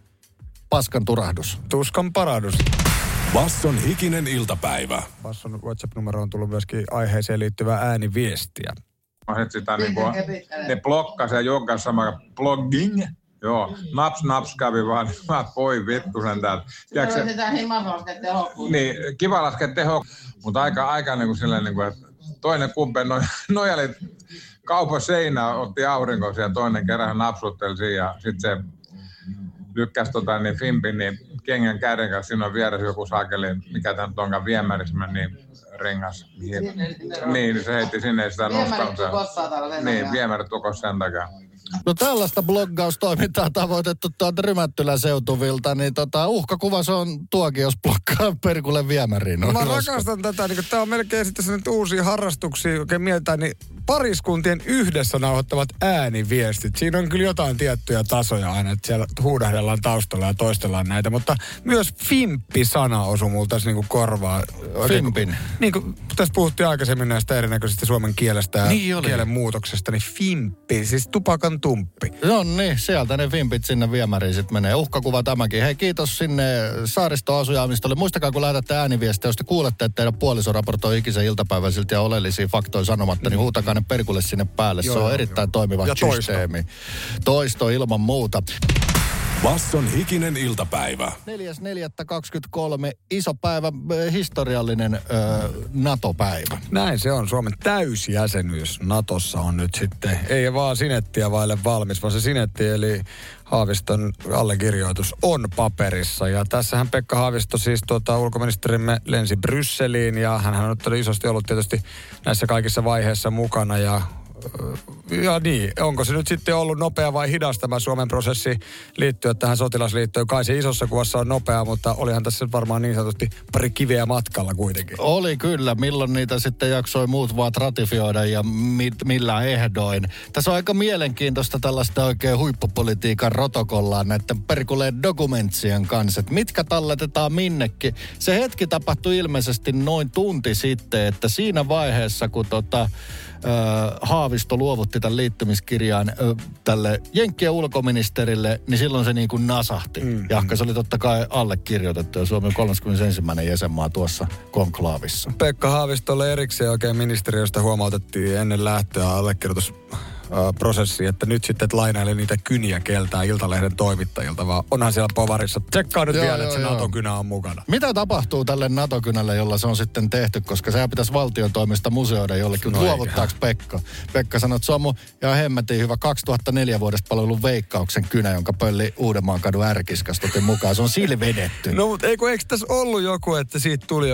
paskan turahdus. Tuskan parahdus. Basson hikinen iltapäivä. Basson WhatsApp-numero on tullut myöskin aiheeseen liittyvää ääniviestiä. Mä sit sitä niinku, ne blokkas ja joggas sama blogging. Joo, naps naps kävi vaan, mä voi vittu sen täältä. Se on sitä himas laskea tehokkuutta. Niin, kiva laskea tehokkuutta, mutta aika, aika niin kuin silleen, niin kuin, että toinen kumpe no, nojali kaupan seinää, otti aurinko ja toinen kerran napsutteli siinä ja sitten se lykkäsi tota, niin Fimpin niin kengän käden kanssa, siinä on vieressä joku saakeli, mikä tämän onkaan viemärissä meni rengas. Niin, se heitti sinne sitä nostanut. Niin, viemärit tukos sen takia. No tällaista bloggaustoimintaa tavoitettu tuolta Rymättylän seutuvilta, niin tota, uhkakuva se on tuokin, jos blokkaa perkulle viemäriin. No, mä rakastan tätä, niin tää on melkein sitten sellainen uusia harrastuksia, oikein mietitään, niin pariskuntien yhdessä nauhoittavat ääniviestit. Siinä on kyllä jotain tiettyjä tasoja aina, että siellä huudahdellaan taustalla ja toistellaan näitä, mutta myös fimppi-sana osui mulla tässä niin kuin korvaa. Fimpin? Niin kuin tässä puhuttiin aikaisemmin näistä erinäköisistä suomen kielestä ja niin kielen muutoksesta, niin fimppi, siis tupakan tumppi. No niin, sieltä ne fimpit sinne viemäriin sitten menee. Uhkakuva tämäkin. Hei, kiitos sinne Saaristo-asujaamistolle. Muistakaa, kun lähetätte ääniviestiä, jos te kuulette, että teidän puoliso raportoi ikisen iltapäivän silti ja oleellisia faktoja sanomatta, niin huutakaa ne perkulle sinne päälle. Joo, se on joo, erittäin joo. toimiva ja systeemi. Toisto. toisto ilman muuta. Basson hikinen iltapäivä. neljäs neljättä kaksikymmentäkolme, iso päivä, historiallinen ö, NATO-päivä. Näin se on. Suomen täysjäsenyys NATOssa on nyt sitten, ei vaan sinettiä vaille valmis, vaan se sinetti eli Haaviston allekirjoitus on paperissa. Ja tässähän Pekka Haavisto siis tuota, ulkoministerimme lensi Brysseliin ja hänhän on nyt isosti ollut tietysti näissä kaikissa vaiheissa mukana ja Ja niin, onko se nyt sitten ollut nopea vai hidas tämä Suomen prosessi liittyä tähän sotilasliittoon? Kai se isossa kuvassa on nopea, mutta olihan tässä varmaan niin sanotusti pari kiveä matkalla kuitenkin. Oli kyllä, milloin niitä sitten jaksoi muut vaan ratifioida ja mi- millä ehdoin. Tässä on aika mielenkiintoista tällaista oikein huippupolitiikan rotokollaan näiden perkuleen dokumentsien kanssa, että mitkä talletetaan minnekin. Se hetki tapahtui ilmeisesti noin tunti sitten, että siinä vaiheessa kun tota... Öö, Haavisto luovutti tämän liittymiskirjaan öö, tälle Jenkkien ulkoministerille, niin silloin se niin kuin nasahti. Mm. Jahka se oli totta kai allekirjoitettu ja Suomi on kolmaskymmenesensimmäinen jäsenmaa tuossa konklaavissa. Pekka Haavistolle erikseen oikein ministeriöstä huomautettiin ennen lähtöä allekirjoitus prosessi, että nyt sitten et lainaile niitä kyniä keltää Iltalehden toimittajilta, vaan onhan siellä povarissa. Tsekkaa nyt joo, vielä, joo, että se joo. NATO-kynä on mukana. Mitä tapahtuu tälle NATO-kynälle, jolla se on sitten tehty, koska sehän pitäisi valtion toimesta museoida jollekin. No luovuttaako Pekka? Pekka sanoi, että se on mun ihan hemmetin hyvä kaksituhattaneljä vuodesta palvelun Veikkauksen kynä, jonka pölli Uudenmaan kadun ärkiskas mukaan. Se on sillä vedetty. No mutta eikö, eikö tässä ollut joku, että siitä tuli joku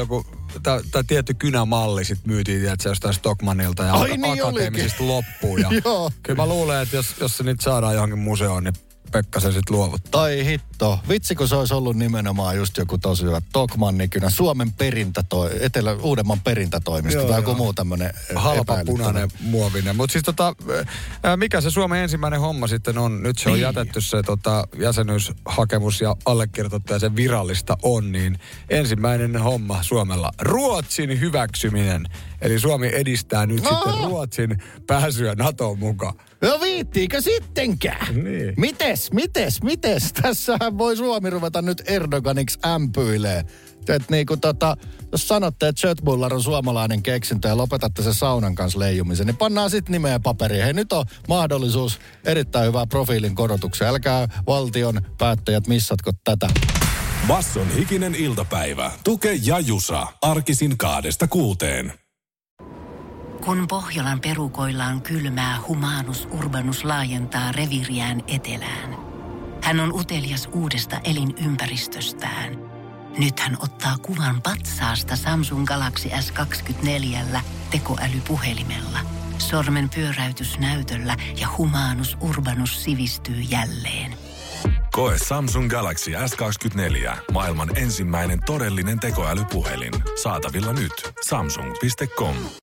tämä tietty kynämalli sit myytiin, tiedätkö, jostain Stockmannilta ja Ai niin akateemisista loppuun. Ja Joo. Kyllä mä luulen, että jos, jos se nyt saadaan johonkin museoon, niin Pekka se sitten luovuttaa. Tai hitto. Vitsi, kun se olisi ollut nimenomaan just joku tosi hyvä Stockmannikynä, Suomen perintätoi, Etelä Uudenmaan perintätoimisto Joo, tai joku joo. muu tämmöinen Halpa punainen muovinen. Mutta siis tota, ää, mikä se Suomen ensimmäinen homma sitten on? Nyt se on Niin. jätetty se tota, jäsenyyshakemus ja allekirjoitettu ja sen virallista on, niin ensimmäinen homma Suomella. Ruotsin hyväksyminen. Eli Suomi edistää nyt No. sitten Ruotsin pääsyä NATOon mukaan. No viittiinkö sittenkään? Niin. Mites, mites, mites? Tässähän voi Suomi ruveta nyt Erdoganiksi ämpyilee. Et niinku tota, jos sanotte, että Jötbullar on suomalainen keksintö ja lopetatte sen saunan kanssa leijumisen, niin pannaan sitten nimeä paperiin. Hei, nyt on mahdollisuus erittäin hyvää profiilin korotukseen. Älkää valtion päättäjät missatko tätä. Basson hikinen iltapäivä. Tuke ja Jusa. Arkisin kaadesta kuuteen. Kun Pohjolan perukoillaan kylmää, Humanus Urbanus laajentaa reviriään etelään. Hän on utelias uudesta elinympäristöstään. Nyt hän ottaa kuvan patsaasta Samsung Galaxy S kaksikymmentäneljä tekoälypuhelimella. Sormen pyöräytys näytöllä ja Humanus Urbanus sivistyy jälleen. Koe Samsung Galaxy S kaksikymmentäneljä. Maailman ensimmäinen todellinen tekoälypuhelin. Saatavilla nyt. Samsung piste com.